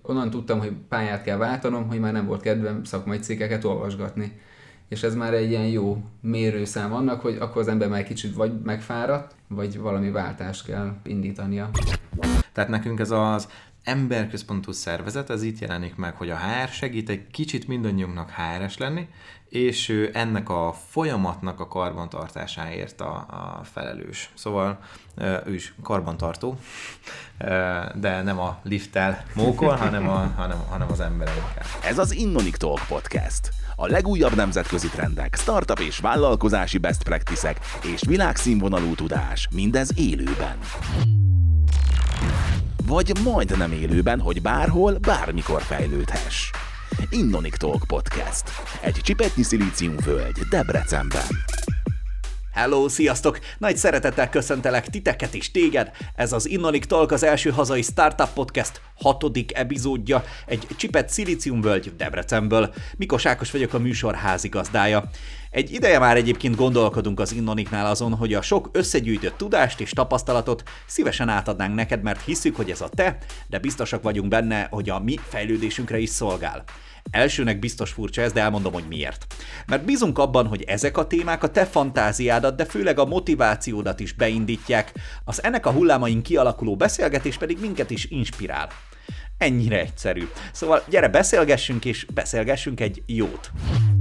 onnan tudtam, hogy pályát kell váltanom, hogy már nem volt kedvem szakmai cikkeket olvasgatni. És ez már egy ilyen jó mérőszám annak, hogy akkor az ember már kicsit vagy megfáradt, vagy valami váltást kell indítania. Tehát nekünk ez az emberközpontú szervezet, ez itt jelenik meg, hogy a HR segít egy kicsit mindannyiunknak HR-es lenni, és ő ennek a folyamatnak a karbantartásáért a felelős. Szóval ő is karbantartó, de nem a lifttel mókol, hanem az emberekkel. Ez az Innonic Talk Podcast. A legújabb nemzetközi trendek, startup és vállalkozási best practice-ek és világszínvonalú tudás, mindez élőben. Vagy majdnem élőben, hogy bárhol, bármikor fejlődhess. Innonic Talk Podcast. Egy csipetnyi szilíciumvölgy Debrecenben. Hello, sziasztok! Nagy szeretettel köszöntelek titeket és téged. Ez az Innonic Talk, az első hazai startup podcast 6. epizódja, egy csipet szilíciumvölgy Debrecenből. Mikos Ákos vagyok, a műsor házigazdája. Egy ideje már egyébként gondolkodunk az Innonicnál azon, hogy a sok összegyűjtött tudást és tapasztalatot szívesen átadnánk neked, mert hiszük, hogy ez a te, de biztosak vagyunk benne, hogy a mi fejlődésünkre is szolgál. Elsőnek biztos furcsa ez, de elmondom, hogy miért. Mert bízunk abban, hogy ezek a témák a te fantáziádat, de főleg a motivációdat is beindítják, az ennek a hullámain kialakuló beszélgetés pedig minket is inspirál. Ennyire egyszerű. Szóval gyere, beszélgessünk, és beszélgessünk egy jót.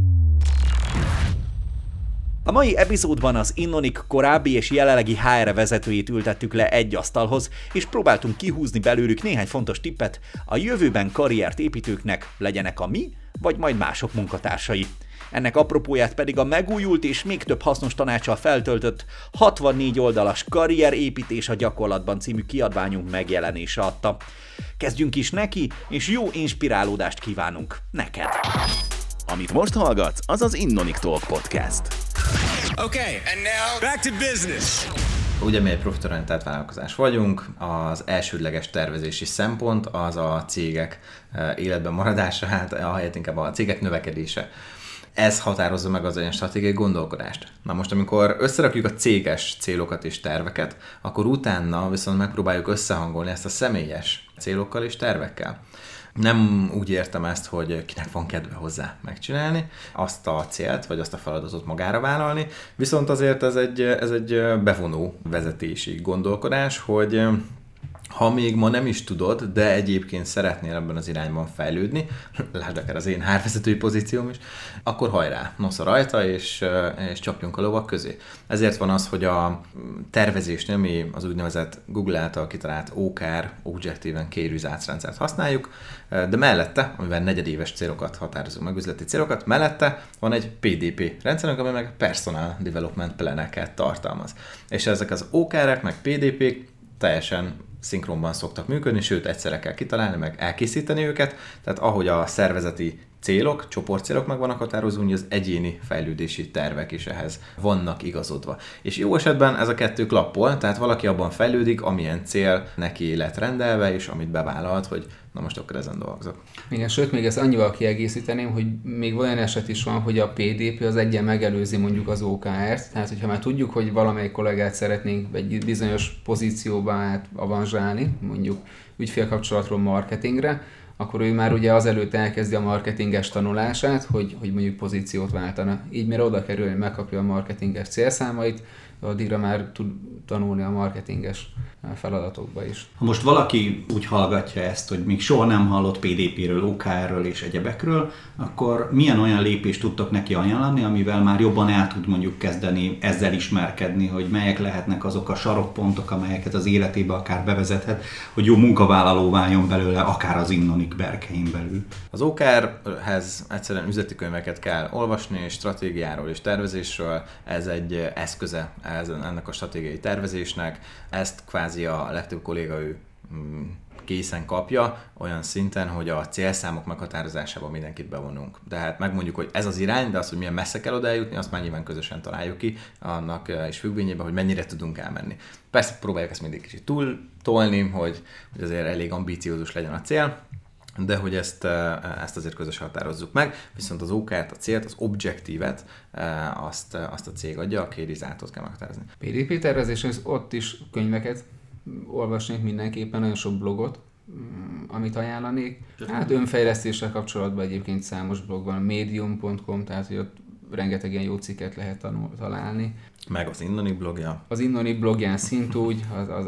A mai epizódban az Innonic korábbi és jelenlegi HR vezetőjét ültettük le egy asztalhoz, és próbáltunk kihúzni belőlük néhány fontos tippet a jövőben karriert építőknek, legyenek a mi, vagy majd mások munkatársai. Ennek apropóját pedig a megújult és még több hasznos tanácssal feltöltött 64 oldalas Karrierépítés a gyakorlatban című kiadványunk megjelenése adta. Kezdjünk is neki, és jó inspirálódást kívánunk neked! Amit most hallgatsz, az az Innonic Talk Podcast. Okay, and now back to business. Ugye mi egy profitorientált vállalkozás vagyunk, az elsődleges tervezési szempont az a cégek életben maradása, hát ahelyett inkább a cégek növekedése. Ez határozza meg az olyan stratégiai gondolkodást. Na most, amikor összerakjuk a céges célokat és terveket, akkor utána viszont megpróbáljuk összehangolni ezt a személyes célokkal és tervekkel. Nem úgy értem ezt, hogy kinek van kedve hozzá megcsinálni, azt a célt, vagy azt a feladatot magára vállalni, viszont azért ez egy bevonó vezetési gondolkodás, hogy ha még ma nem is tudod, de egyébként szeretnél ebben az irányban fejlődni, lásd akár az én HR-vezetői pozícióm is, akkor hajrá, nosza rajta, és csapjunk a lovak közé. Ezért van az, hogy a tervezésnél mi az úgynevezett Google által kitalált OKR, Objective and Key Results rendszert használjuk, de mellette, amivel negyedéves célokat határozunk meg, üzleti célokat, mellette van egy PDP rendszerünk, ami meg Personal Development Plan-eket tartalmaz. És ezek az OKR-ek, meg PDP-k teljesen szinkronban szoktak működni, sőt egyszerre kell kitalálni, meg elkészíteni őket, tehát ahogy a szervezeti célok, csoportcélok meg vannak határozva, úgy az egyéni fejlődési tervek is ehhez vannak igazodva. És jó esetben ez a kettő klappol, tehát valaki abban fejlődik, amilyen cél neki lett rendelve, és amit bevállalt, hogy na most akkor ezen dolgozok. Igen, sőt, még ezt annyival kiegészíteném, hogy még olyan eset is van, hogy a PDP az egyen megelőzi mondjuk az OKR-t, tehát hogyha már tudjuk, hogy valamelyik kollégát szeretnénk egy bizonyos pozícióba avanzsálni, mondjuk ügyfélkapcsolatról marketingre, akkor ő már ugye azelőtt elkezdi a marketinges tanulását, hogy mondjuk pozíciót váltana. Így mire oda kerül, hogy megkapja a marketinges célszámait, addigra már tud tanulni a marketinges feladatokba is. Ha most valaki úgy hallgatja ezt, hogy még soha nem hallott PDP-ről, OKR-ről és egyebekről, akkor milyen olyan lépést tudtok neki ajánlani, amivel már jobban el tud mondjuk kezdeni ezzel ismerkedni, hogy melyek lehetnek azok a sarokpontok, amelyeket az életébe akár bevezethet, hogy jó munkavállaló váljon belőle, akár az Innonic berkein belül. Az OKR-hez egyszerűen üzleti könyveket kell olvasni, stratégiáról és tervezésről, ez egy eszköze ennek a stratégiai tervezésnek, ezt kvázi a legtöbb kolléga ő készen kapja, olyan szinten, hogy a célszámok meghatározásában mindenkit bevonunk. De hát megmondjuk, hogy ez az irány, de az, hogy milyen messze kell oda eljutni, azt már nyilván közösen találjuk ki, annak is függvényében, hogy mennyire tudunk elmenni. Persze próbáljuk ezt mindig kicsit túl tolni, hogy azért elég ambíciózus legyen a cél, de hogy ezt azért közösen határozzuk meg, viszont az OKR-t, a célt, az objektívet, azt a cég adja, a kérizátot kell meghatározni. PDP tervezéshez ott is könyveket olvasnék mindenképpen, nagyon sok blogot, amit ajánlanék. Hát önfejlesztéssel kapcsolatban egyébként számos blog van, medium.com, tehát hogy ott rengeteg ilyen jó cikket lehet találni. Meg az Innonic blogja. Az Innonic blogján szintúgy,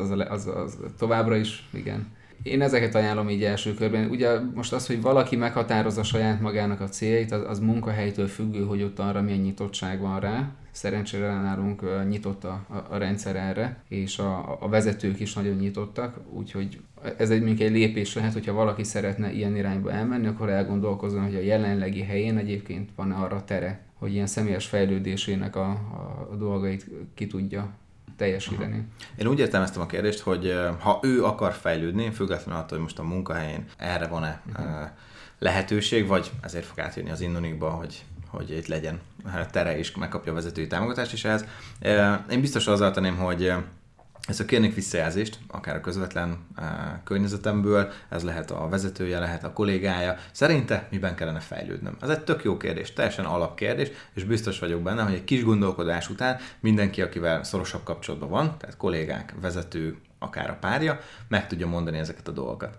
az továbbra is, igen. Én ezeket ajánlom így első körben. Ugye most az, hogy valaki meghatározza saját magának a céljait, az munkahelytől függő, hogy ott arra milyen nyitottság van rá. Szerencsére nálunk nyitott a rendszer erre, és a vezetők is nagyon nyitottak, úgyhogy ez mondjuk egy lépés lehet, hogyha valaki szeretne ilyen irányba elmenni, akkor elgondolkozzon, hogy a jelenlegi helyén egyébként van arra tere, hogy ilyen személyes fejlődésének a dolgait ki tudja teljesíteni. Én úgy értelmeztem a kérdést, hogy ha ő akar fejlődni, függetlenül attól, hogy most a munkahelyén erre van-e lehetőség, vagy ezért fog átjönni az Innonicba, hogy itt legyen tere és megkapja a vezetői támogatást is ehhez. Én biztos azzal tenném, hogy ezt kérnék visszajelzést, akár a közvetlen környezetemből, ez lehet a vezetője, lehet a kollégája. Szerinte miben kellene fejlődnöm? Ez egy tök jó kérdés, teljesen alapkérdés, és biztos vagyok benne, hogy egy kis gondolkodás után mindenki, akivel szorosabb kapcsolatban van, tehát kollégák, vezető, akár a párja, meg tudja mondani ezeket a dolgokat.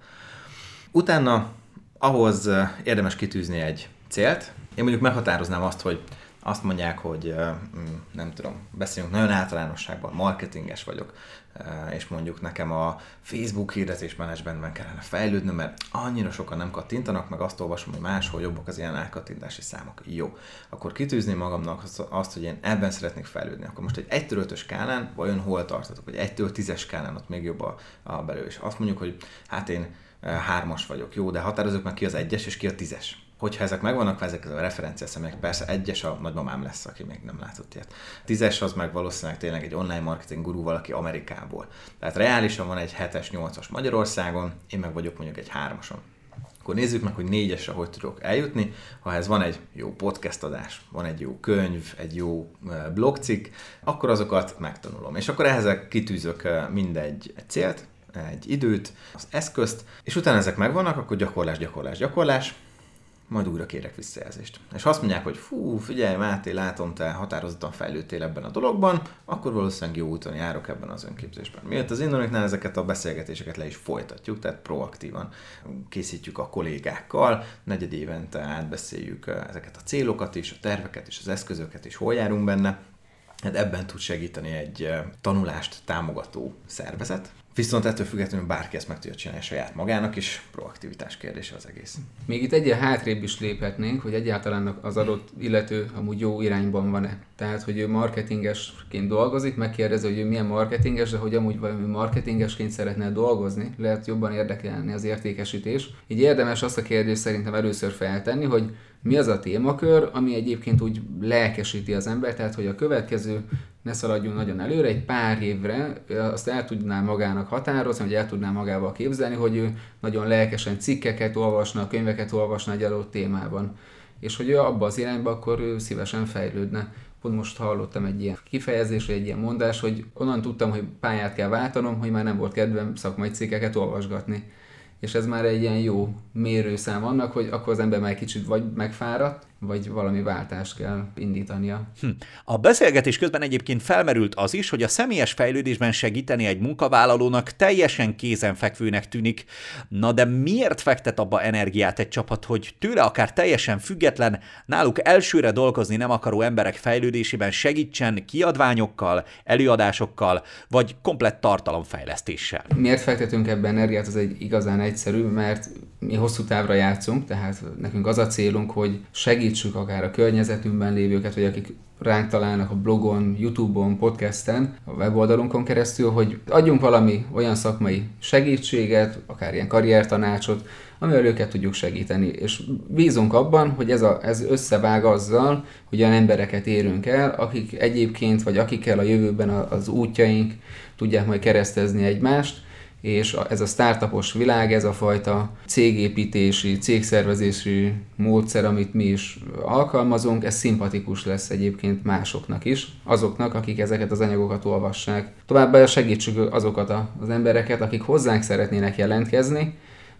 Utána ahhoz érdemes kitűzni egy célt. Én mondjuk meghatároznám azt, hogy azt mondják, hogy nem tudom, beszéljünk nagyon általánosságban, marketinges vagyok, és mondjuk nekem a Facebook hirdetésmenedzsmentben kellene fejlődnöm, mert annyira sokan nem kattintanak, meg azt olvasom, hogy máshol jobbak az ilyen elkattintási számok. Jó, akkor kitűzném magamnak azt, hogy én ebben szeretnék fejlődni. Akkor most egy 1-5 skálán vajon hol tartatok, vagy 1-től 10-es skálán ott még jobb a belül. És azt mondjuk, hogy hát én 3-as vagyok, jó, de határozzuk meg ki az 1-es és ki a 10-es. Hogyha ezek megvannak, ezek a referencia személyek, persze 1-es a nagymamám lesz, aki még nem látott ilyet. 10-es az meg valószínűleg tényleg egy online marketing gurú, valaki Amerikából. Tehát reálisan van egy 7-es, 8-as Magyarországon, én meg vagyok mondjuk egy 3-ason. Akkor nézzük meg, hogy 4-esre hogy tudok eljutni, ha ez van egy jó podcast adás, van egy jó könyv, egy jó blogcikk, akkor azokat megtanulom. És akkor ehhez kitűzök mindegy célt, egy időt, az eszközt, és utána ezek megvannak, akkor gyakorlás, majd újra kérek visszajelzést. És ha azt mondják, hogy fú, figyelj Máté, látom, te határozottan fejlődtél ebben a dologban, akkor valószínűleg jó úton járok ebben az önképzésben. Miért az Innonicnál ezeket a beszélgetéseket le is folytatjuk, tehát proaktívan készítjük a kollégákkal, 4 évente átbeszéljük ezeket a célokat is, a terveket és az eszközöket is, hol járunk benne. Hát ebben tud segíteni egy tanulást támogató szervezet. Viszont ettől függetlenül bárki ezt meg tudja csinálni saját magának is, proaktivitás kérdése az egész. Még itt egyen hátrébb is léphetnénk, hogy egyáltalán az adott illető amúgy jó irányban van-e. Tehát, hogy ő marketingesként dolgozik, megkérdezi, hogy ő milyen marketinges, de hogy amúgy valami marketingesként szeretne dolgozni, lehet jobban érdekelni az értékesítés. Így érdemes azt a kérdést szerintem először feltenni, hogy mi az a témakör, ami egyébként úgy lelkesíti az ember, tehát hogy a következő, ne szaladjunk nagyon előre, egy pár évre azt el tudná magának határozni, vagy el tudná magával képzelni, hogy ő nagyon lelkesen cikkeket olvasna, könyveket olvasna egy adott témában. És hogy ő abba az irányba, akkor ő szívesen fejlődne. Pont most hallottam egy ilyen kifejezés, vagy egy ilyen mondás, hogy onnan tudtam, hogy pályát kell váltanom, hogy már nem volt kedvem szakmai cikkeket olvasgatni. És ez már egy ilyen jó mérőszám annak, hogy akkor az ember már egy kicsit vagy megfáradt, vagy valami váltást kell indítania. A beszélgetés közben egyébként felmerült az is, hogy a személyes fejlődésben segíteni egy munkavállalónak teljesen kézenfekvőnek tűnik. Na de miért fektet abba energiát egy csapat, hogy tőle akár teljesen független, náluk elsőre dolgozni nem akaró emberek fejlődésében segítsen kiadványokkal, előadásokkal, vagy komplett tartalomfejlesztéssel? Miért fektetünk ebbe energiát, az egy igazán egyszerű, mert mi hosszú távra játszunk, tehát nekünk az a célunk, hogy segítsük akár a környezetünkben lévőket, vagy akik ránk találnak a blogon, YouTube-on, podcasten, a weboldalunkon keresztül, hogy adjunk valami olyan szakmai segítséget, akár ilyen karriertanácsot, amivel őket tudjuk segíteni. És bízunk abban, hogy ez összevág azzal, hogy olyan embereket érünk el, akik egyébként, vagy akikkel a jövőben az útjaink tudják majd keresztezni egymást, és ez a startupos világ, ez a fajta cégépítési, cégszervezési módszer, amit mi is alkalmazunk, ez szimpatikus lesz egyébként másoknak is, azoknak, akik ezeket az anyagokat olvassák. Továbbá segítsük azokat az embereket, akik hozzánk szeretnének jelentkezni,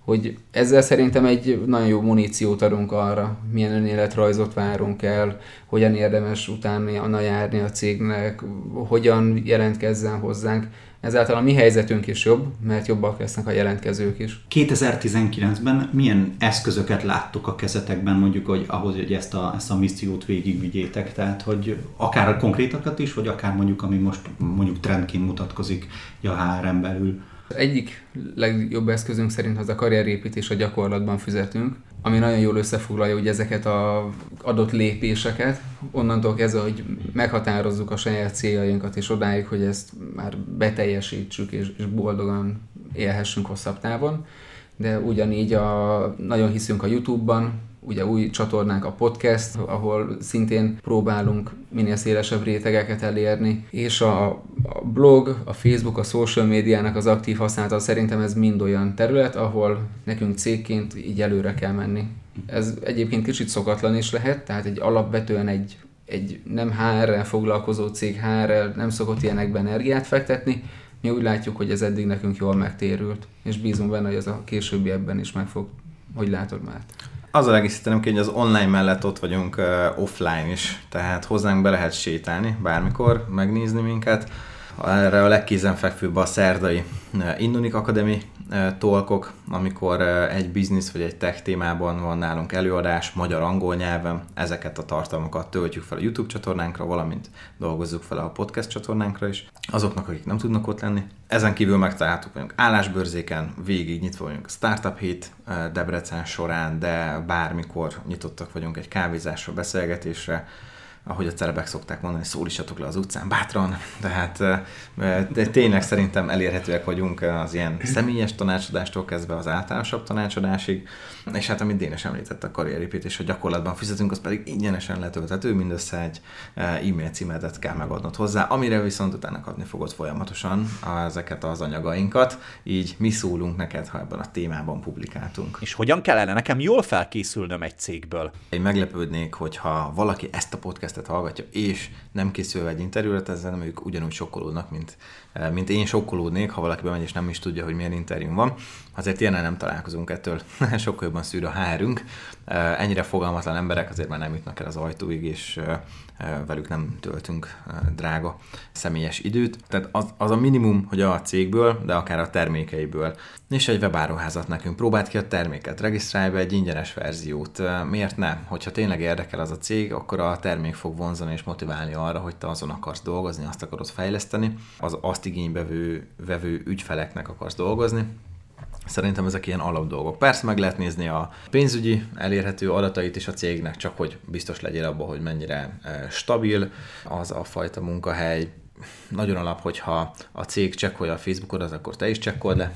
hogy ezzel szerintem egy nagyon jó muníciót adunk arra, milyen önéletrajzot várunk el, hogyan érdemes utána járni a cégnek, hogyan jelentkezzen hozzánk. Ezáltal a mi helyzetünk is jobb, mert jobbak lesznek a jelentkezők is. 2019-ben milyen eszközöket láttok a kezetekben, mondjuk, hogy ahhoz, hogy ezt a missziót végigvigyétek? Tehát, hogy akár a konkrétakat is, vagy akár mondjuk, ami most mondjuk trendként mutatkozik a HRM belül. Egyik legjobb eszközünk szerint az a karrierépítés, a gyakorlatban fizetünk, ami nagyon jól összefoglalja ugye ezeket az adott lépéseket, onnantól kezdve, hogy meghatározzuk a saját céljainkat, és odáig, hogy ezt már beteljesítsük, és boldogan élhessünk hosszabb távon. De ugyanígy nagyon hiszünk a YouTube-ban, ugye új csatornánk a podcast, ahol szintén próbálunk minél szélesebb rétegeket elérni, és a blog, a Facebook, a social médiának az aktív használata, szerintem ez mind olyan terület, ahol nekünk cégként így előre kell menni. Ez egyébként kicsit szokatlan is lehet, tehát egy alapvetően egy nem HR-rel foglalkozó cég HR-rel nem szokott ilyenekben energiát fektetni. Mi úgy látjuk, hogy ez eddig nekünk jól megtérült, és bízunk benne, hogy ez a későbbi ebben is meg fog. Hogy látod már? Azzal egészítenem ki, hogy az online mellett ott vagyunk offline is, tehát hozzánk be lehet sétálni bármikor, megnézni minket. Erre a legkézenfekvőbb a szerdai Innonic Academy talkok, amikor egy business vagy egy tech témában van nálunk előadás magyar-angol nyelven. Ezeket a tartalmakat töltjük fel a YouTube csatornánkra, valamint dolgozzuk fel a podcast csatornánkra is. Azoknak, akik nem tudnak ott lenni. Ezen kívül megtaláltuk vagyunk állásbörzéken, végig nyitva vagyunk a Startup Hét Debrecen során, de bármikor nyitottak vagyunk egy kávézásra, beszélgetésre. Ahogy a celebek szokták mondani, szólítsatok le az utcán bátran, tehát de tényleg szerintem elérhetőek vagyunk az ilyen személyes tanácsadástól kezdve az általánosabb tanácsadásig, és hát amit Dénes említett, a karrierépítés, hogy gyakorlatban fizetünk, az pedig ingyenesen letölthető, mindössze egy e-mail címedet kell megadnod hozzá, amire viszont utána kapni fogod folyamatosan ezeket az anyagainkat, így mi szólunk neked, ha ebben a témában publikáltunk. És hogyan kellene nekem jól felkészülnöm egy cégből? Én meglepődnék, hogyha valaki ezt a podcastet hallgatja, és nem készül egy interjúra, ezzel nem ők ugyanúgy sokkolódnak, mint én sokkolódnék, ha valaki bemegy és nem is tudja, hogy milyen interjúm van. Azért ilyennel nem találkozunk, ettől sokkal jobban szűr a HR-ünk. Ennyire fogalmatlan emberek azért már nem jutnak el az ajtóig, és velük nem töltünk drága személyes időt. Tehát az a minimum, hogy a cégből, de akár a termékeiből, és egy webáruházat nekünk próbált ki a terméket, regisztrálj be egy ingyenes verziót. Miért ne? Hogyha tényleg érdekel az a cég, akkor a termék fog vonzani és motiválni arra, hogy te azon akarsz dolgozni, azt akarod fejleszteni, az azt igénybe vevő ügyfeleknek akarsz dolgozni. Szerintem ezek ilyen alapdolgok. Persze meg lehet nézni a pénzügyi elérhető adatait is a cégnek, csak hogy biztos legyél abban, hogy mennyire stabil az a fajta munkahely. Nagyon alap, hogyha a cég csekkolja a Facebookodat, akkor te is csekkold le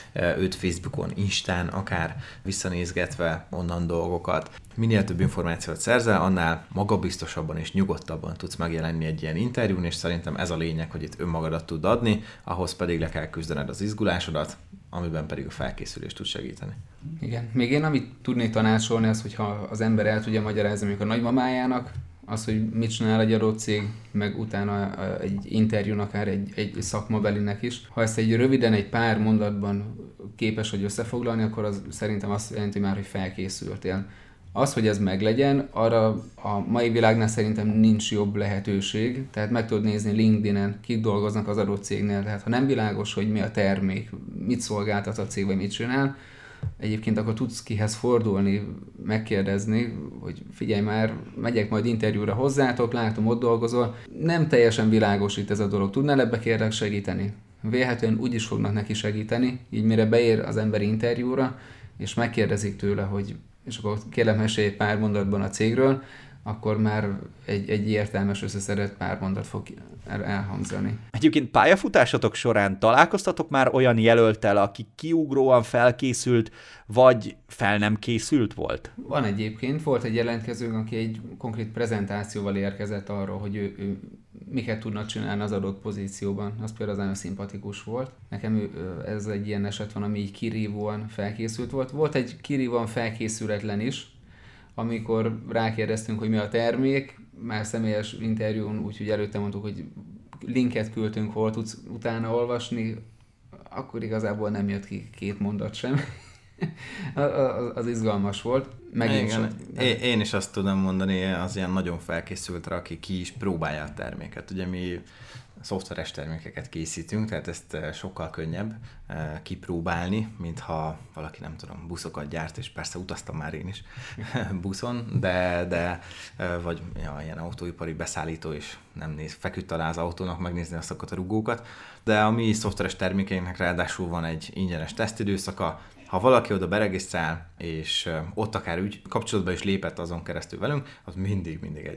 őt Facebookon, Instán, akár visszanézgetve onnan dolgokat. Minél több információt szerzel, annál magabiztosabban és nyugodtabban tudsz megjelenni egy ilyen interjún, és szerintem ez a lényeg, hogy itt önmagadat tud adni, ahhoz pedig le kell küzdened az izgulásodat, amiben pedig a felkészülést tud segíteni. Igen. Még én amit tudnék tanácsolni, az, hogyha az ember el tudja magyarázni mondjuk a nagymamájának, az, hogy mit csinál egy adott cég, meg utána egy interjún akár egy szakmabelinek is. Ha ezt egy röviden, egy pár mondatban képes vagy összefoglalni, akkor az szerintem azt jelenti már, hogy felkészültél. Az, hogy ez meglegyen, arra a mai világnál szerintem nincs jobb lehetőség, tehát meg tudod nézni LinkedIn-en, kik dolgoznak az adott cégnél, tehát ha nem világos, hogy mi a termék, mit szolgáltat a cég, vagy mit csinál, egyébként akkor tudsz kihez fordulni, megkérdezni, hogy figyelj már, megyek majd interjúra hozzátok, látom, ott dolgozol. Nem teljesen világos itt ez a dolog. Tudnál ebbe kérlek segíteni? Vélhetően úgy is fognak neki segíteni, így mire beér az ember interjúra, és megkérdezik tőle, hogy és akkor kérlek mesélj egy pár mondatban a cégről, akkor már egy értelmes összeszedett pár mondat fog elhangzani. Egyébként pályafutásatok során találkoztatok már olyan jelölttel, aki kiugróan felkészült, vagy fel nem készült volt? Van egyébként, volt egy jelentkezőnk, aki egy konkrét prezentációval érkezett arról, hogy ő miket tudna csinálni az adott pozícióban. Az például nagyon szimpatikus volt. Nekem ez egy ilyen eset van, ami így kirívóan felkészült volt. Volt egy kirívóan felkészületlen is, amikor rákérdeztünk, hogy mi a termék, már személyes interjún, úgyhogy előtte mondtuk, hogy linket küldtünk, hol tudsz utána olvasni, akkor igazából nem jött ki két mondat sem. az izgalmas volt. Én is azt tudom mondani, az ilyen nagyon felkészültre, aki ki is próbálja a terméket. Ugye mi szoftveres termékeket készítünk, tehát ezt sokkal könnyebb kipróbálni, mint ha valaki, nem tudom, buszokat gyárt, és persze utaztam már én is buszon, de vagy ilyen autóipari beszállító is nem feküdt alá az autónak megnézni azokat a rugókat, de a mi szoftveres termékeinknek ráadásul van egy ingyenes tesztidőszaka. Ha valaki oda beregisztrál, és ott akár kapcsolatba is lépett azon keresztül velünk, az mindig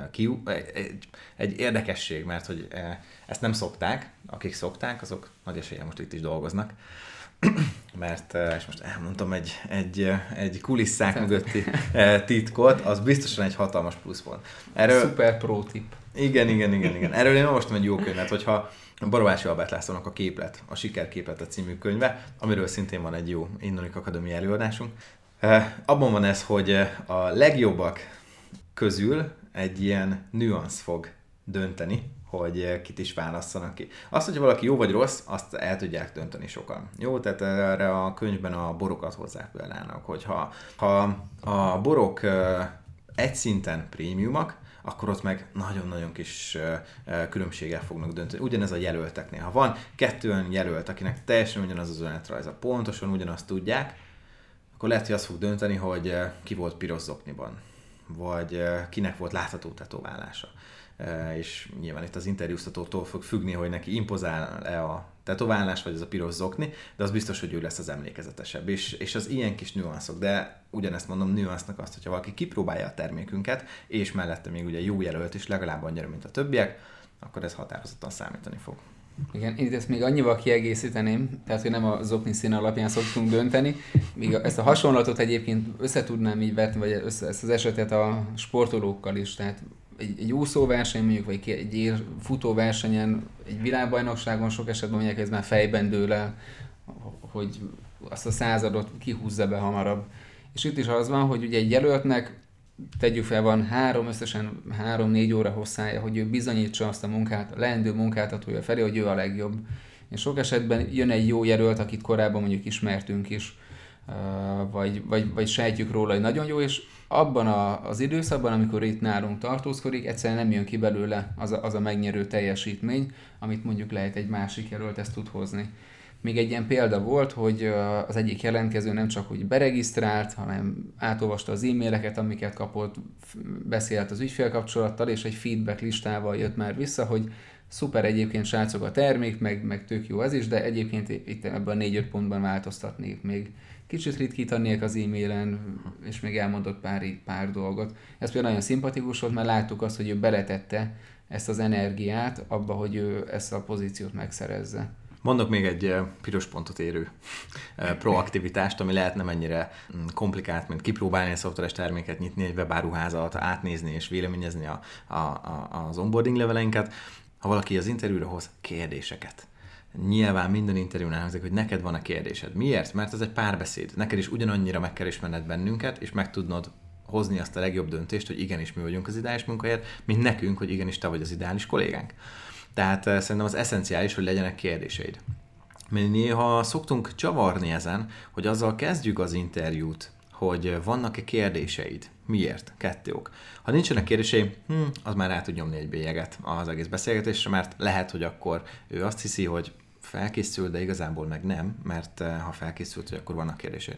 egy érdekesség, mert hogy ezt nem szokták, akik szokták, azok nagy eséllyel most itt is dolgoznak, mert, és most elmondtam egy kulisszák mögötti titkot, az biztosan egy hatalmas pluszpont. Szuper pro tip. Igen. Erről én olvastam egy jó könyvet, hogyha Barovási Albert Lászlónak a Képlet, a Sikerképlete című könyve, amiről szintén van egy jó Innonik Akadémia előadásunk. Abban van ez, hogy a legjobbak közül egy ilyen nüansz fog dönteni, hogy kit is válasszanak ki. Azt, hogy valaki jó vagy rossz, azt el tudják dönteni sokan. Jó, tehát erre a könyvben a borokat hozzá példának, hogy ha a borok egy szinten prémiumak, akkor ott meg nagyon-nagyon kis különbséggel fognak dönteni. Ugyanez a jelölteknél. Ha van 2 olyan jelölt, akinek teljesen ugyanaz az önéletrajza, pontosan ugyanazt tudják, akkor lehet, hogy azt fog dönteni, hogy ki volt piros zokniban, vagy kinek volt látható tetoválása. És nyilván itt az interjúztatótól fog függni, hogy neki impozál-e a tetoválás, vagy ez a piros zokni, de az biztos, hogy ő lesz az emlékezetesebb. És az ilyen kis nüanszok, de ugyanezt mondom nüansznak azt, hogyha valaki kipróbálja a termékünket, és mellette még ugye jó jelölt is, legalább annyira, mint a többiek, akkor ez határozottan számítani fog. Igen, én ezt még annyival kiegészíteném, tehát hogy nem a zokni szín alapján szoktunk dönteni, míg ezt a hasonlatot egyébként összetudnám így vetni, vagy ezt az esetet a sportolókkal is, tehát egy úszóverseny mondjuk, vagy egy futóversenyen, egy világbajnokságon sok esetben mondják, hogy ez már fejben dől el, hogy azt a századot kihúzza be hamarabb. És itt is az van, hogy ugye egy jelöltnek tegyük fel, van összesen 3-4 óra hosszája, hogy ő bizonyítsa azt a munkát, a leendő munkáltatója felé, hogy ő a legjobb. És sok esetben jön egy jó jelölt, akit korábban mondjuk ismertünk is, vagy sejtjük róla, hogy nagyon jó, és abban az időszakban, amikor itt nálunk tartózkodik, egyszerűen nem jön ki belőle az a megnyerő teljesítmény, amit mondjuk lehet egy másik jelölt ezt tud hozni. Még egy ilyen példa volt, hogy az egyik jelentkező nem csak hogy beregisztrált, hanem átolvasta az e-maileket, amiket kapott, beszélt az ügyfélkapcsolattal, és egy feedback listával jött már vissza, hogy szuper egyébként srácok a termék, meg tök jó ez is, de egyébként itt ebben a 4-5 pontban változtatnék még. Kicsit ritkítanék az e-mailen, és még elmondott pár dolgot. Ez például nagyon szimpatikus volt, mert láttuk azt, hogy ő beletette ezt az energiát abba, hogy ő ezt a pozíciót megszerezze. Mondok még egy piros pontot érő proaktivitást, ami lehet nem ennyire komplikált, mint kipróbálni egy szoftveres terméket, nyitni egy webáruházat, átnézni és véleményezni az onboarding leveleinket. Ha valaki az interjúra hoz kérdéseket, nyilván minden interjún elhangzik, hogy neked van a kérdésed. Miért? Mert ez egy párbeszéd. Neked is ugyanannyira meg kell ismerned bennünket, és meg tudnod hozni azt a legjobb döntést, hogy igenis mi vagyunk az ideális munkahelyed, mint nekünk, hogy igenis te vagy az ideális kollégánk. Tehát szerintem az eszenciális, hogy legyenek kérdéseid. Mi néha szoktunk csavarni ezen, hogy azzal kezdjük az interjút, hogy vannak-e kérdéseid. Miért? 2 ok. Ha nincsenek kérdései, az már rá tud nyomni egy bélyeget az egész beszélgetésre, mert lehet, hogy akkor ő azt hiszi, hogy felkészül, de igazából meg nem, mert ha felkészült, hogy akkor vannak kérdéseid.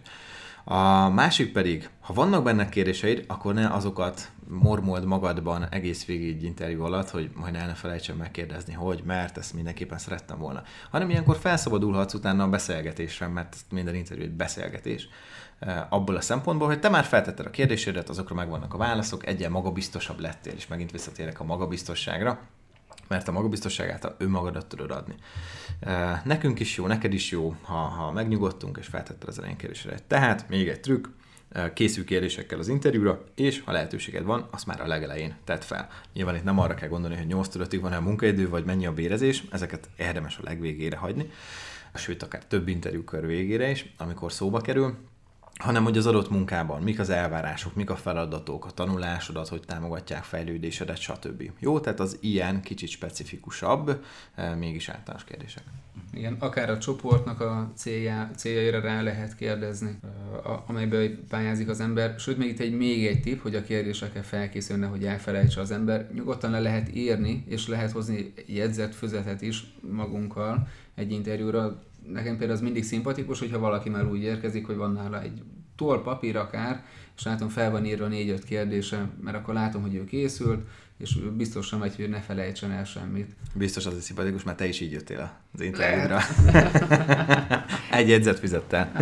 A másik pedig, ha vannak benne kérdéseid, akkor ne azokat mormold magadban egész végig egy interjú alatt, hogy majd el ne felejtsen megkérdezni, hogy, mert ezt mindenképpen szerettem volna. Hanem ilyenkor felszabadulhatsz utána a beszélgetésre, mert minden interjú egy beszélgetés. Abból a szempontból, hogy te már feltetted a kérdésedet, azokra megvannak a válaszok, egyen magabiztosabb lettél, és megint visszatérek a magabiztosságra, mert a magabiztosságát önmagadat tudod adni. Nekünk is jó, neked is jó, ha megnyugodtunk, és feltetted az elején kérdésedet. Tehát még egy trükk, készülj kérdésekkel az interjúra, és ha lehetőséged van, azt már a legelején tedd fel. Nyilván itt nem arra kell gondolni, hogy 8-5-ig van-e a munkaidő, vagy mennyi a bérezés, ezeket érdemes a legvégére hagyni, sőt, akár több interjúkör végére is, amikor szóba kerül. hanem hogy az adott munkában mik az elvárások, mik a feladatok, a tanulásodat, hogy támogatják fejlődésedet, stb. Jó, tehát az ilyen kicsit specifikusabb, mégis általános kérdések. Igen, akár a csoportnak a céljaira rá lehet kérdezni, amelyben pályázik az ember. Sőt, még egy tipp, hogy a kérdésekkel felkészülne, hogy elfelejtse az ember. Nyugodtan le lehet írni, és lehet hozni jegyzett füzetet is magunkkal egy interjúra. Nekem például az mindig szimpatikus, hogyha valaki már úgy érkezik, hogy van nála egy toll papír akár, és látom fel van írva 4-5 kérdése, mert akkor látom, hogy ő készült, és biztosan megy, hogy ne felejtsen el semmit. Biztos az is szimpatikus, mert te is így jöttél az interjúra. Egy jegyzet fizettel.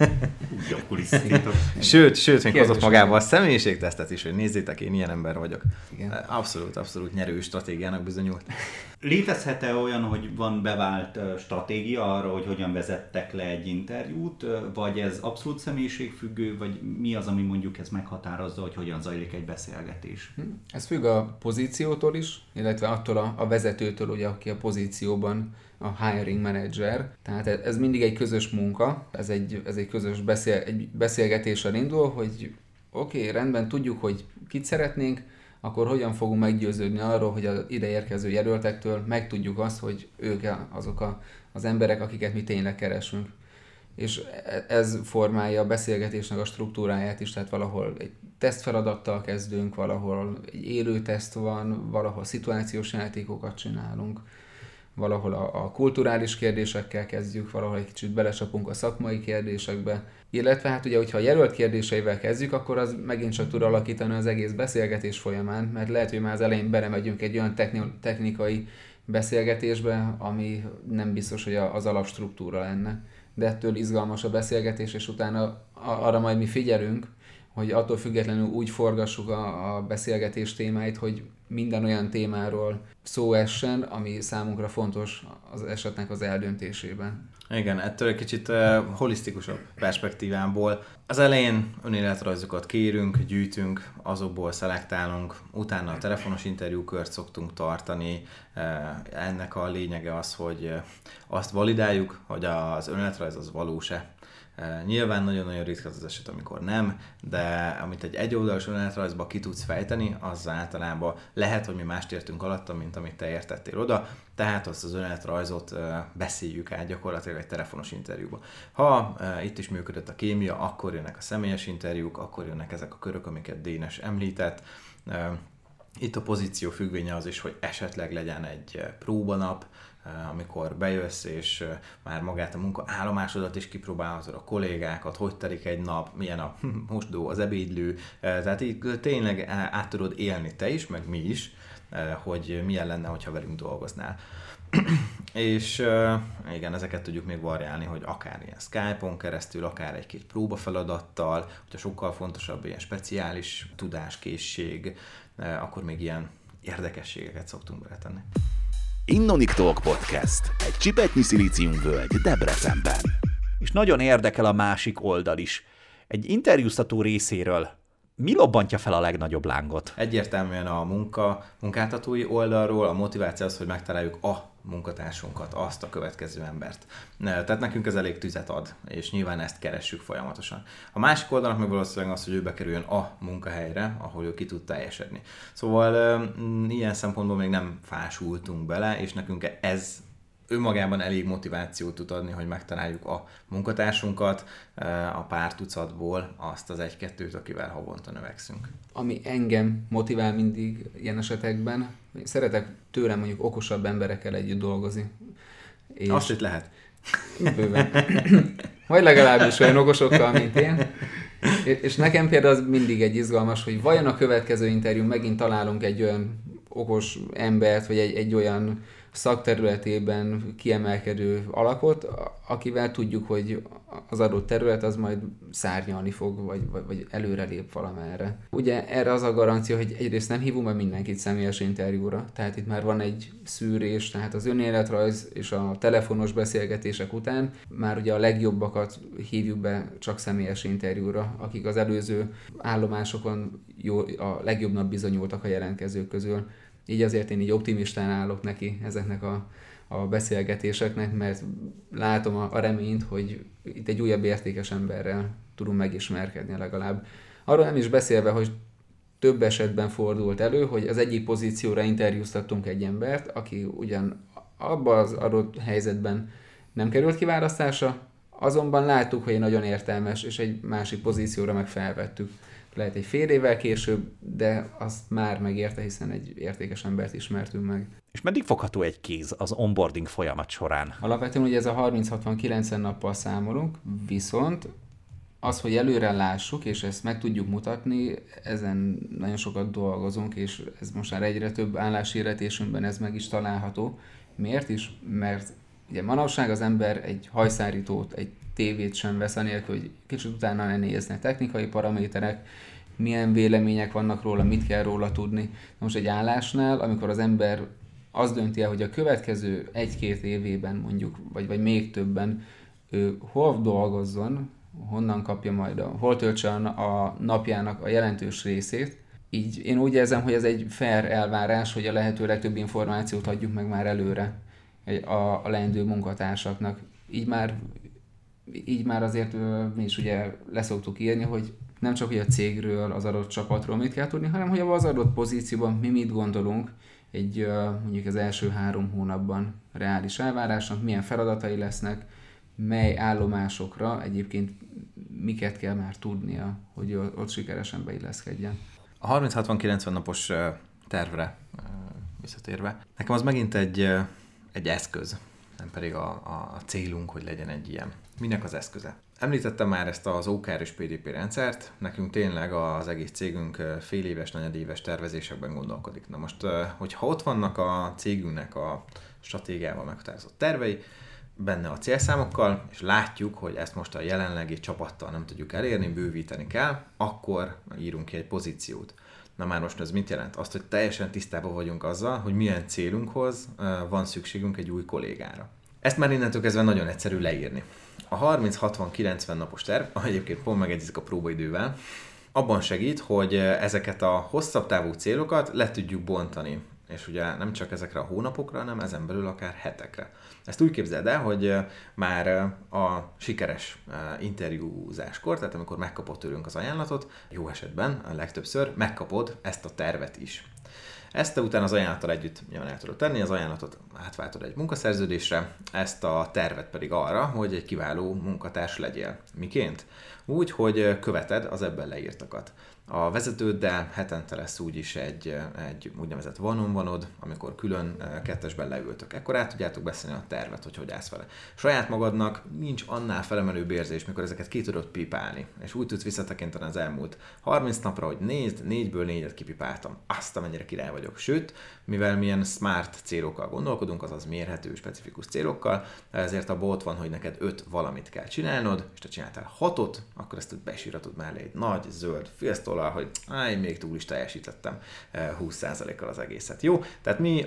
Jó kulisszítok. Sőt, még hozott magával a személyiségtesztet is, hogy nézzétek, én ilyen ember vagyok. Igen. Abszolút nyerő stratégiának bizonyult. Létezhet-e olyan, hogy van bevált stratégia arra, hogy hogyan vezettek le egy interjút, vagy ez abszolút személyiségfüggő, vagy mi az, ami mondjuk ez meghatározza, hogy hogyan zajlik egy beszélgetés? Ez függ a pozíciótól is, illetve attól a vezetőtől, ugye, aki a pozícióban a hiring manager. Tehát ez mindig egy közös munka, ez egy közös beszélgetéssel indul, hogy oké, rendben, tudjuk, hogy kit szeretnénk, akkor hogyan fogunk meggyőződni arról, hogy az ide érkező jelöltektől megtudjuk azt, hogy ők azok az emberek, akiket mi tényleg keresünk. És ez formálja a beszélgetésnek a struktúráját is, tehát valahol egy tesztfeladattal kezdünk, valahol egy élő teszt van, valahol szituációs játékokat csinálunk, valahol a kulturális kérdésekkel kezdjük, valahol egy kicsit belecsapunk a szakmai kérdésekbe. Illetve hát ugye, hogyha a jelölt kérdéseivel kezdjük, akkor az megint csak tud alakítani az egész beszélgetés folyamán, mert lehet, hogy már az elején belemegyünk egy olyan technikai beszélgetésbe, ami nem biztos, hogy az alapstruktúra lenne. De ettől izgalmas a beszélgetés, és utána arra majd mi figyelünk, hogy attól függetlenül úgy forgassuk a beszélgetés témáit, hogy minden olyan témáról szó essen, ami számunkra fontos az esetnek az eldöntésében. Igen, ettől egy kicsit holisztikusabb perspektívából. Az elején önéletrajzokat kérünk, gyűjtünk, azokból szelektálunk, utána a telefonos interjúkört szoktunk tartani. Ennek a lényege az, hogy azt validáljuk, hogy az önéletrajz az valós-e. Nyilván nagyon-nagyon ritka az eset, amikor nem, de amit egy egyoldalas önéletrajzba ki tudsz fejteni, az általában lehet, hogy mi mást értünk alatta, mint amit te értettél oda, tehát azt az önéletrajzot beszéljük át gyakorlatilag egy telefonos interjúba. Ha itt is működött a kémia, akkor jönnek a személyes interjúk, akkor jönnek ezek a körök, amiket Dénes említett. Itt a pozíció függvénye az is, hogy esetleg legyen egy próbanap, amikor bejössz, és már magát a munkaállomásodat is kipróbálhatod, a kollégákat, hogy telik egy nap, milyen a mosdó, az ebédlő, tehát így tényleg át tudod élni te is, meg mi is, hogy milyen lenne, hogyha velünk dolgoznál. És igen, ezeket tudjuk még variálni, hogy akár ilyen Skype-on keresztül, akár egy-két próbafeladattal, hogyha sokkal fontosabb ilyen speciális tudáskészség, akkor még ilyen érdekességeket szoktunk beletenni. Innonic Talk Podcast, egy csipetnyi szilíciumvölgy Debrecenben. És nagyon érdekel a másik oldal is. Egy interjúztató részéről mi lobbantja fel a legnagyobb lángot? Egyértelműen a munkáltatói oldalról a motiváció az, hogy megtaláljuk a munkatársunkat, azt a következő embert. Tehát nekünk ez elég tüzet ad, és nyilván ezt keressük folyamatosan. A másik oldalnak meg valószínűleg az, hogy ő bekerüljön a munkahelyre, ahol ő ki tud teljesedni. Szóval ilyen szempontból még nem fásultunk bele, és nekünk ez önmagában elég motivációt tud adni, hogy megtaláljuk a munkatársunkat, a pár tucatból azt az egy-kettőt, akivel havonta növekszünk. Ami engem motivál mindig ilyen esetekben, szeretek tőlem mondjuk okosabb emberekkel együtt dolgozni. És azt itt lehet. Bőven. Vagy legalábbis olyan okosokkal, mint én. És nekem például az mindig egy izgalmas, hogy vajon a következő interjún megint találunk egy olyan okos embert, vagy egy olyan szakterületében kiemelkedő alakot, akivel tudjuk, hogy az adott terület az majd szárnyalni fog, vagy előrelép valamerre. Ugye erre az a garancia, hogy egyrészt nem hívunk be mindenkit személyes interjúra, tehát itt már van egy szűrés, tehát az önéletrajz és a telefonos beszélgetések után már ugye a legjobbakat hívjuk be csak személyes interjúra, akik az előző állomásokon a legjobbnak bizonyultak a jelentkezők közül. Így azért én így optimistán állok neki ezeknek a beszélgetéseknek, mert látom a reményt, hogy itt egy újabb értékes emberrel tudunk megismerkedni legalább. Arról nem is beszélve, hogy több esetben fordult elő, hogy az egyik pozícióra interjúztattunk egy embert, aki ugyan abban az adott helyzetben nem került kiválasztásra, azonban láttuk, hogy egy nagyon értelmes, és egy másik pozícióra meg felvettük. Lehet egy fél évvel később, de azt már megérte, hiszen egy értékes embert ismertünk meg. És meddig fogható egy kéz az onboarding folyamat során? Alapvetően ugye ez a 30-60-90 nappal számolunk, viszont az, hogy előre lássuk, és ezt meg tudjuk mutatni, ezen nagyon sokat dolgozunk, és ez most már egyre több álláshirdetésünkben ez meg is található. Miért is? Mert ugye manapság az ember egy hajszárítót, egy tévét sem vesz anélkül, hogy kicsit utána ne nézne technikai paraméterek, milyen vélemények vannak róla, mit kell róla tudni. Most egy állásnál, amikor az ember azt dönti el, hogy a következő 1-2 évében mondjuk, vagy még többen ő hol dolgozzon, honnan kapja majd, hol töltse a napjának a jelentős részét. Így én úgy érzem, hogy ez egy fair elvárás, hogy a lehető legtöbb információt adjuk meg már előre a leendő munkatársaknak. Így már azért mi is ugye leszoktuk írni, hogy nem csak hogy a cégről, az adott csapatról mit kell tudni, hanem hogy az adott pozícióban mi mit gondolunk egy mondjuk az első 3 hónapban reális elvárásnak, milyen feladatai lesznek, mely állomásokra egyébként miket kell már tudnia, hogy ott sikeresen beilleszkedjen. A 30-60-90 napos tervre visszatérve, nekem az megint egy eszköz, nem pedig a célunk, hogy legyen egy ilyen. Minek az eszköze? Említettem már ezt az OKR és PDP rendszert, nekünk tényleg az egész cégünk fél éves, negyedéves tervezésekben gondolkodik. Na most, hogyha ott vannak a cégünknek a stratégiával meghatározott tervei, benne a célszámokkal, és látjuk, hogy ezt most a jelenlegi csapattal nem tudjuk elérni, bővíteni kell, akkor írunk ki egy pozíciót. Na már most ez mit jelent? Azt, hogy teljesen tisztában vagyunk azzal, hogy milyen célunkhoz van szükségünk egy új kollégára. Ezt már innentől kezdve nagyon egyszerű leírni. A 30-60-90 napos terv, egyébként pont megegyezik a próbaidővel, abban segít, hogy ezeket a hosszabb távú célokat le tudjuk bontani. És ugye nem csak ezekre a hónapokra, hanem ezen belül akár hetekre. Ezt úgy képzeld el, hogy már a sikeres interjúzáskor, tehát amikor megkapod tőlünk az ajánlatot, jó esetben, a legtöbbször megkapod ezt a tervet is. Ezt te utána az ajánlattal együtt nyilván el tudod tenni, az ajánlatot átváltod egy munkaszerződésre, ezt a tervet pedig arra, hogy egy kiváló munkatárs legyél. Miként? Úgy, hogy követed az ebben leírtakat. A vezetőddel hetente lesz úgyis egy úgynevezett one-on-one-od, amikor külön kettesben leültök. Ekkor át tudjátok beszélni a tervet, hogy állsz vele. Saját magadnak nincs annál felemelőbb érzés, mikor ezeket ki tudod pipálni. És úgy tudsz visszatekinteni az elmúlt 30 napra, hogy nézd, 4-ből 4-et kipipáltam. Azt amennyire király vagyok. Sőt, mivel milyen smart célokkal gondolkodunk, azaz mérhető, specifikus célokkal, ezért abból ott van, hogy neked 5 valamit kell csinálnod, és te csináltál 6-ot, akkor ezt besíratod mellé egy nagy, zöld félsztollal, hogy még túl is teljesítettem 20%-kal az egészet. Jó? Tehát mi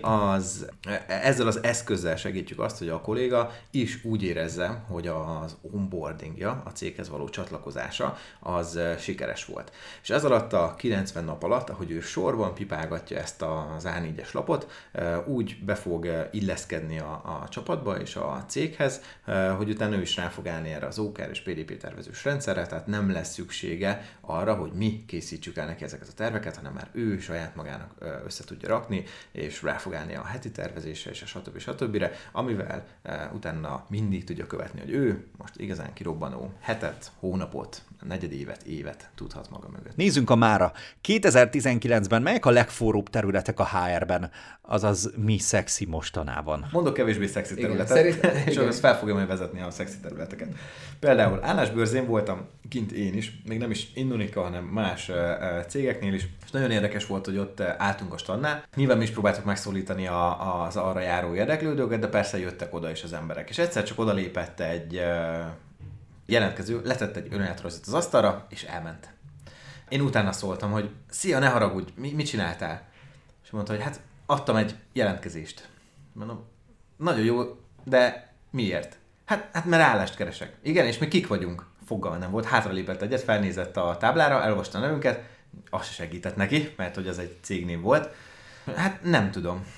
ezzel az eszközzel segítjük azt, hogy a kolléga is úgy érezze, hogy az onboardingja, a céghez való csatlakozása az sikeres volt. És ez alatt a 90 nap alatt, ahogy ő sorban pipálgatja ezt az A4-es lapot, úgy be fog illeszkedni a csapatba és a céghez, hogy utána ő is rá fog állni erre az OKR és PDP tervezős rendszerre, tehát nem lesz szüksége arra, hogy mi készítsük el neki ezeket a terveket, hanem már ő saját magának össze tudja rakni, és rá fog állni a heti tervezésre és a stb. Amivel utána mindig tudja követni, hogy ő most igazán kirobbanó hetet, hónapot, negyedévet, évet tudhat maga mögött. Nézzünk a mára. 2019-ben melyek a legforróbb területek a HR-ben, azaz mi szexi mostanában? Mondok kevésbé szexi területet, és az fel fogja majd vezetni a szexi területeket. Például állásbőrzén voltam kint én is, még nem is Innonika, hanem más cégeknél is, és nagyon érdekes volt, hogy ott álltunk a standnál. Nyilván mi is próbáltuk megszólítani az arra járó érdeklődőket, de persze jöttek oda is az emberek. És egyszer csak oda lépett egy jelentkező, letett egy önéletrajzot az asztalra, és elment. Én utána szóltam, hogy szia, ne haragudj, mit csináltál? És mondta, hogy hát adtam egy jelentkezést. Mondom, nagyon jó, de miért? Hát mert állást keresek. Igen, és mi kik vagyunk? Fogalma nem volt, hátralépett egyet, felnézett a táblára, elolvasta a nevünket, az se segített neki, mert hogy az egy cégnév volt. Hát nem tudom.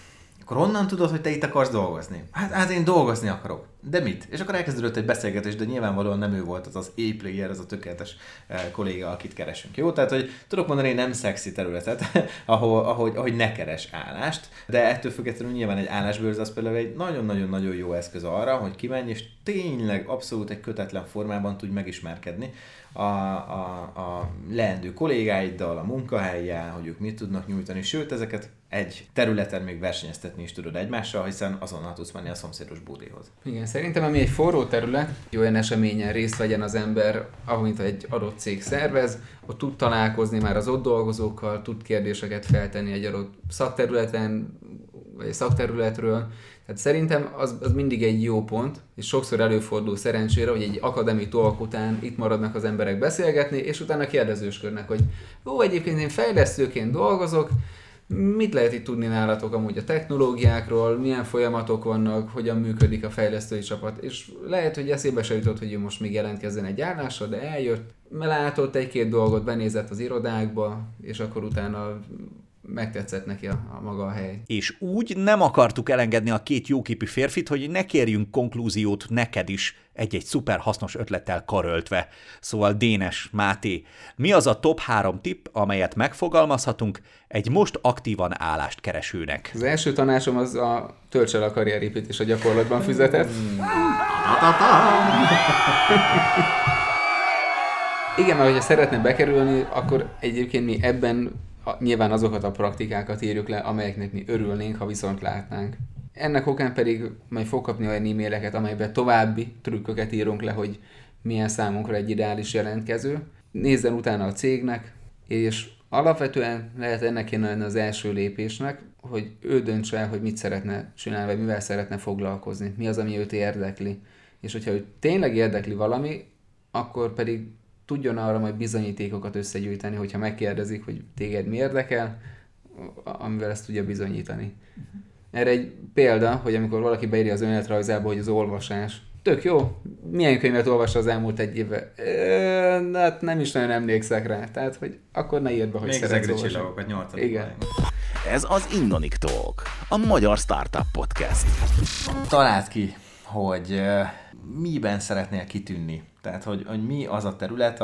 akkor honnan tudod, hogy te itt akarsz dolgozni? Hát én dolgozni akarok. De mit? És akkor elkezdődött egy beszélgetés, de nyilvánvalóan nem ő volt az A-player, az a tökéletes kolléga, akit keresünk. Jó? Tehát, hogy tudok mondani nem szexi területet, ahogy ne keres állást, de ettől függetlenül nyilván egy állásbőrze az például egy nagyon-nagyon-nagyon jó eszköz arra, hogy kimenj, és tényleg abszolút egy kötetlen formában tudj megismerkedni a leendő kollégáiddal, a munkahelyen, hogy ők mit tudnak nyújtani, sőt, ezeket egy területen még versenyeztetni is tudod egymással, hiszen azonnal tudsz menni a szomszédos búdéhoz. Igen, szerintem ami egy forró terület, hogy olyan eseményen részt vegyen az ember, amit egy adott cég szervez, ott tud találkozni már az ott dolgozókkal, tud kérdéseket feltenni egy adott szakterületen, vagy egy szakterületről. Tehát szerintem az mindig egy jó pont, és sokszor előfordul szerencsére, hogy egy akadémiai talk után itt maradnak az emberek beszélgetni, és utána kérdezősködnek, hogy jó, egyébként én fejlesztőként dolgozok, mit lehet itt tudni nálatok amúgy a technológiákról, milyen folyamatok vannak, hogyan működik a fejlesztői csapat, és lehet, hogy eszébe se jutott, hogy ő most még jelentkezzen egy állásra, de eljött, látott egy-két dolgot, benézett az irodákba, és akkor utána megtetszett neki a maga a hely. És úgy nem akartuk elengedni a két jóképű férfit, hogy ne kérjünk konklúziót neked is egy-egy szuper hasznos ötlettel karöltve. Szóval Dénes, Máté, mi az a top 3 tipp, amelyet megfogalmazhatunk egy most aktívan állást keresőnek? Az első tanácsom az a tölts el a karrierépítés a gyakorlatban füzetet. Igen, mert hogyha szeretne bekerülni, akkor egyébként mi ebben nyilván azokat a praktikákat írjuk le, amelyeknek mi örülnénk, ha viszont látnánk. Ennek okán pedig majd fog kapni olyan e-maileket, amelyben további trükköket írunk le, hogy milyen számunkra egy ideális jelentkező. Nézzen utána a cégnek, és alapvetően lehet ennek kéne lenni az első lépésnek, hogy ő döntse el, hogy mit szeretne csinálni, vagy mivel szeretne foglalkozni, mi az, ami őt érdekli. És hogyha őt tényleg érdekli valami, akkor pedig tudjon arra majd bizonyítékokat összegyűjteni, hogyha megkérdezik, hogy téged mi érdekel, amivel ezt tudja bizonyítani. Erre egy példa, hogy amikor valaki beírja az önéletrajzába, hogy az olvasás. Tök jó, milyen könyvet olvassa az elmúlt egy évben? Hát nem is nagyon emlékszek rá, tehát hogy akkor ne írd be, hogy még szeretsz olvasni. Igen. Ez az Innonic Talk, a magyar startup podcast. Találd ki, hogy miben szeretnél kitűnni. Tehát, hogy mi az a terület,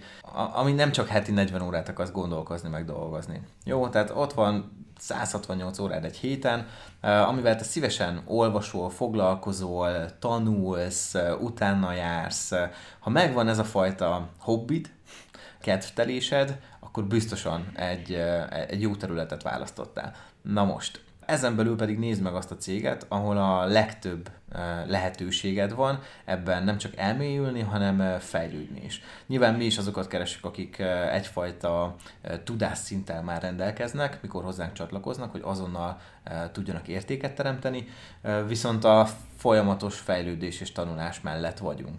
ami nem csak heti 40 órát akarsz gondolkozni, meg dolgozni. Jó, tehát ott van 168 órád egy héten, amivel te szívesen olvasol, foglalkozol, tanulsz, utána jársz. Ha megvan ez a fajta hobbid, kedvtelésed, akkor biztosan egy jó területet választottál. Na most, ezen belül pedig nézd meg azt a céget, ahol a legtöbb lehetőséged van ebben nem csak elmélyülni, hanem fejlődni is. Nyilván mi is azokat keresünk, akik egyfajta tudásszinttel már rendelkeznek, mikor hozzánk csatlakoznak, hogy azonnal tudjanak értéket teremteni, viszont a folyamatos fejlődés és tanulás mellett vagyunk.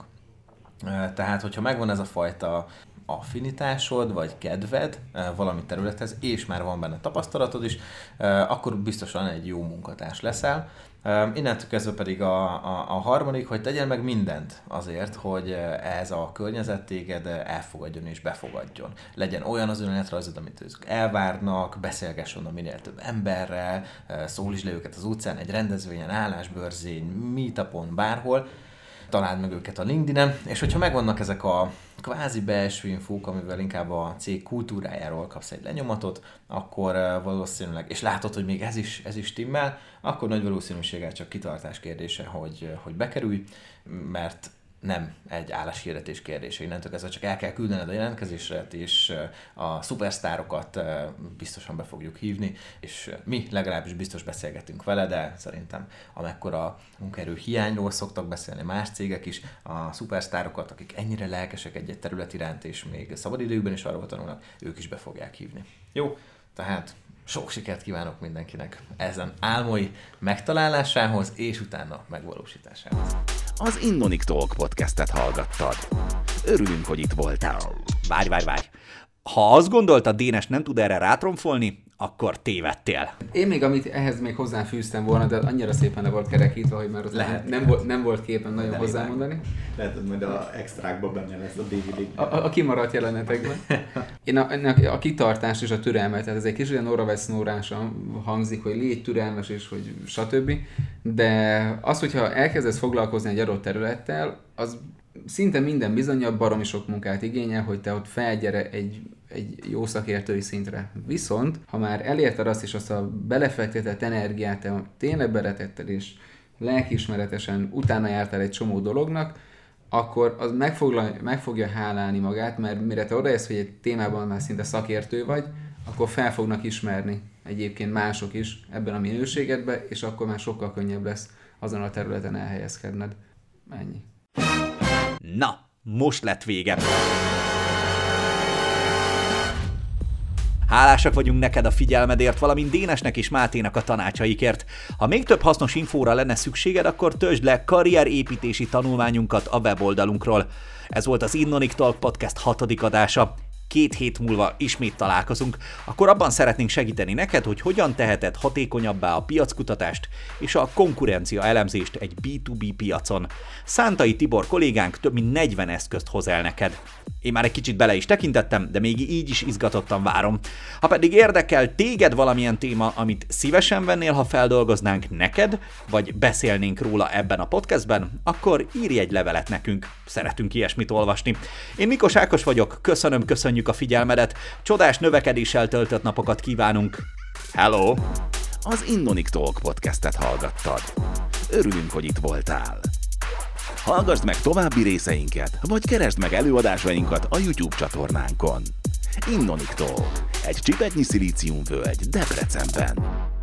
Tehát, hogyha megvan ez a fajta affinitásod, vagy kedved valami területhez, és már van benne tapasztalatod is, akkor biztosan egy jó munkatárs leszel. Innentől kezdve pedig a harmadik, hogy tegyél meg mindent azért, hogy ez a környezet téged elfogadjon és befogadjon. Legyen olyan az önéletrajzod, amit ők elvárnak, beszélgess onnan minél több emberrel, szólítsd le őket az utcán, egy rendezvényen, állásbörzén, meetupon, bárhol, találd meg őket a LinkedIn-en, és hogyha megvannak ezek a kvázi belső infók, amivel inkább a cég kultúrájáról kapsz egy lenyomatot, akkor valószínűleg, és látod, hogy még ez is timmel, akkor nagy valószínűséggel csak kitartás kérdése, hogy bekerülj, mert nem egy álláshirdetés kérdése. Innentől kezdve csak el kell küldened a jelentkezésre, és a szupersztárokat biztosan be fogjuk hívni, és mi legalábbis biztos beszélgetünk vele, de szerintem amekkora munkaerő hiányról szoktak beszélni más cégek is, a szupersztárokat, akik ennyire lelkesek egy terület iránt, és még szabadidejükben is arról tanulnak, ők is be fogják hívni. Jó, tehát sok sikert kívánok mindenkinek ezen álmai megtalálásához, és utána megvalósításához. Az Innonic Talk podcastet hallgattad. Örülünk, hogy itt voltál. Várj. Ha azt gondolta, Dénes nem tud erre rátromfolni, akkor tévedtél. Én még, amit ehhez még hozzáfűztem volna, de annyira szépen le volt kerekítve, hogy már ott nem volt képen nagyon hozzámondani. Lehet, hogy majd a extrákban benne lesz a DVD. A kimaradt jelenetekben. Én a kitartást és a türelmet, tehát ez egy kis olyan orravesznorásan hangzik, hogy légy türelmes és hogy stb. De az, hogyha elkezdesz foglalkozni egy adott területtel, az szinte minden bizonnyal baromi sok munkát igényel, hogy te ott felgyere egy jó szakértői szintre. Viszont, ha már elérted azt, és azt a belefektetett energiát te tényleg beletetted, és lelkiismeretesen utána jártál egy csomó dolognak, akkor az meg fogja hálálni magát, mert mire te odaérsz, hogy egy témában már szinte szakértő vagy, akkor fel fognak ismerni egyébként mások is ebben a minőségedben, és akkor már sokkal könnyebb lesz azon a területen elhelyezkedned. Ennyi. Na, most lett vége. Hálásak vagyunk neked a figyelmedért, valamint Dénesnek és Máténak a tanácsaikért. Ha még több hasznos infóra lenne szükséged, akkor töltsd le karrierépítési tanulmányunkat a weboldalunkról. Ez volt az Innonic Talk Podcast 6. adása. 2 hét múlva ismét találkozunk, akkor abban szeretnénk segíteni neked, hogy hogyan teheted hatékonyabbá a piackutatást és a konkurencia elemzést egy B2B piacon. Szántai Tibor kollégánk több mint 40 eszközt hoz el neked. Én már egy kicsit bele is tekintettem, de még így is izgatottan várom. Ha pedig érdekel téged valamilyen téma, amit szívesen vennél, ha feldolgoznánk neked, vagy beszélnénk róla ebben a podcastben, akkor írj egy levelet nekünk. Szeretünk ilyesmit olvasni. Én Mikos Ákos vagyok, köszönjük a figyelmedet, csodás növekedéssel töltött napokat kívánunk. Hello! Az Innonic Talk podcastet hallgattad. Örülünk, hogy itt voltál. Hallgasd meg további részeinket, vagy keresd meg előadásainkat a YouTube csatornánkon. Innonic Talk, egy csipetnyi szilíciumvölgy Debrecenben.